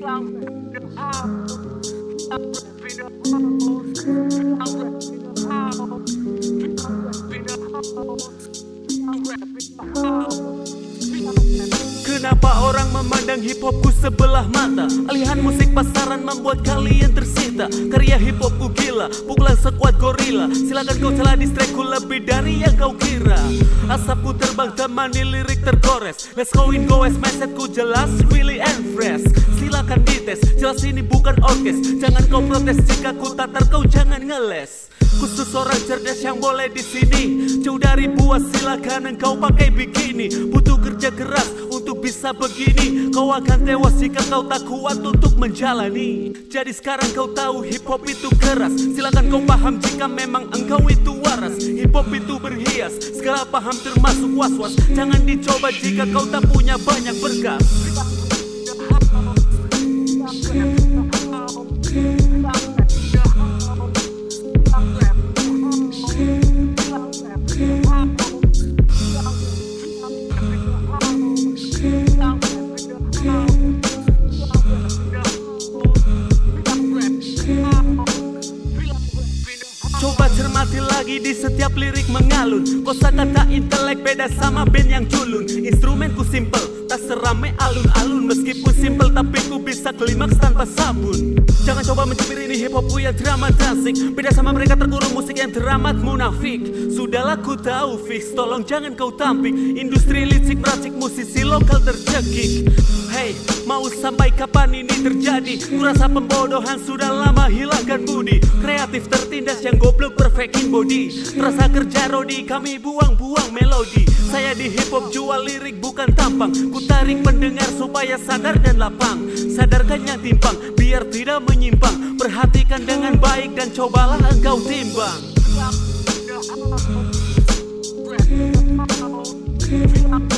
Kenapa orang memandang hip hopku sebelah mata? Alihan musik pasaran membuat kalian tersita. Karya hip hopku gila, pukulan sekuat gorila. Silakan kau celah distrackku lebih dari yang kau kira. Asapku terbang temani lirik tergores. Let's go in go as mindsetku jelas, really and fresh. Silakan dites, jelas ini bukan orkes. Jangan kau protes jika ku tatar, kau jangan ngeles. Khusus orang cerdas yang boleh di sini. Jauh dari buas, silakan engkau pakai bikini. Butuh kerja keras untuk bisa begini. Kau akan tewas jika kau tak kuat untuk menjalani. Jadi sekarang kau tahu hip hop itu keras. Silakan kau paham jika memang engkau itu waras. Hip hop itu berhias, segala paham termasuk was-was. Jangan dicoba jika kau tak punya banyak berkas. Coba cermati lagi di setiap lirik mengalun. Kosakata intelek beda sama band yang culun. Instrumenku simple, tak serame alun-alun. Meskipun simple tapi ku bisa klimaks tanpa sabun. Jangan coba mencibir ini hip hopku yang teramat asik. Beda sama mereka terkurung musik yang teramat munafik. Sudahlah ku tahu fix, tolong jangan kau tampik. Industri licik meracik musisi lokal tercekik. Hey, mau sampai kapan ini terjadi? Kurasa pembodohan sudah lama hilangkan budi. Kreatif tertindas yang goblok perfectin body. Rasa kerja rodi kami buang-buang melodi. Saya di hip hop jual lirik bukan tampang. Ku tarik pendengar supaya sadar dan lapang. Sadarkan yang timpang biar tidak menyimpang. Perhatikan dengan baik dan cobalah engkau timbang.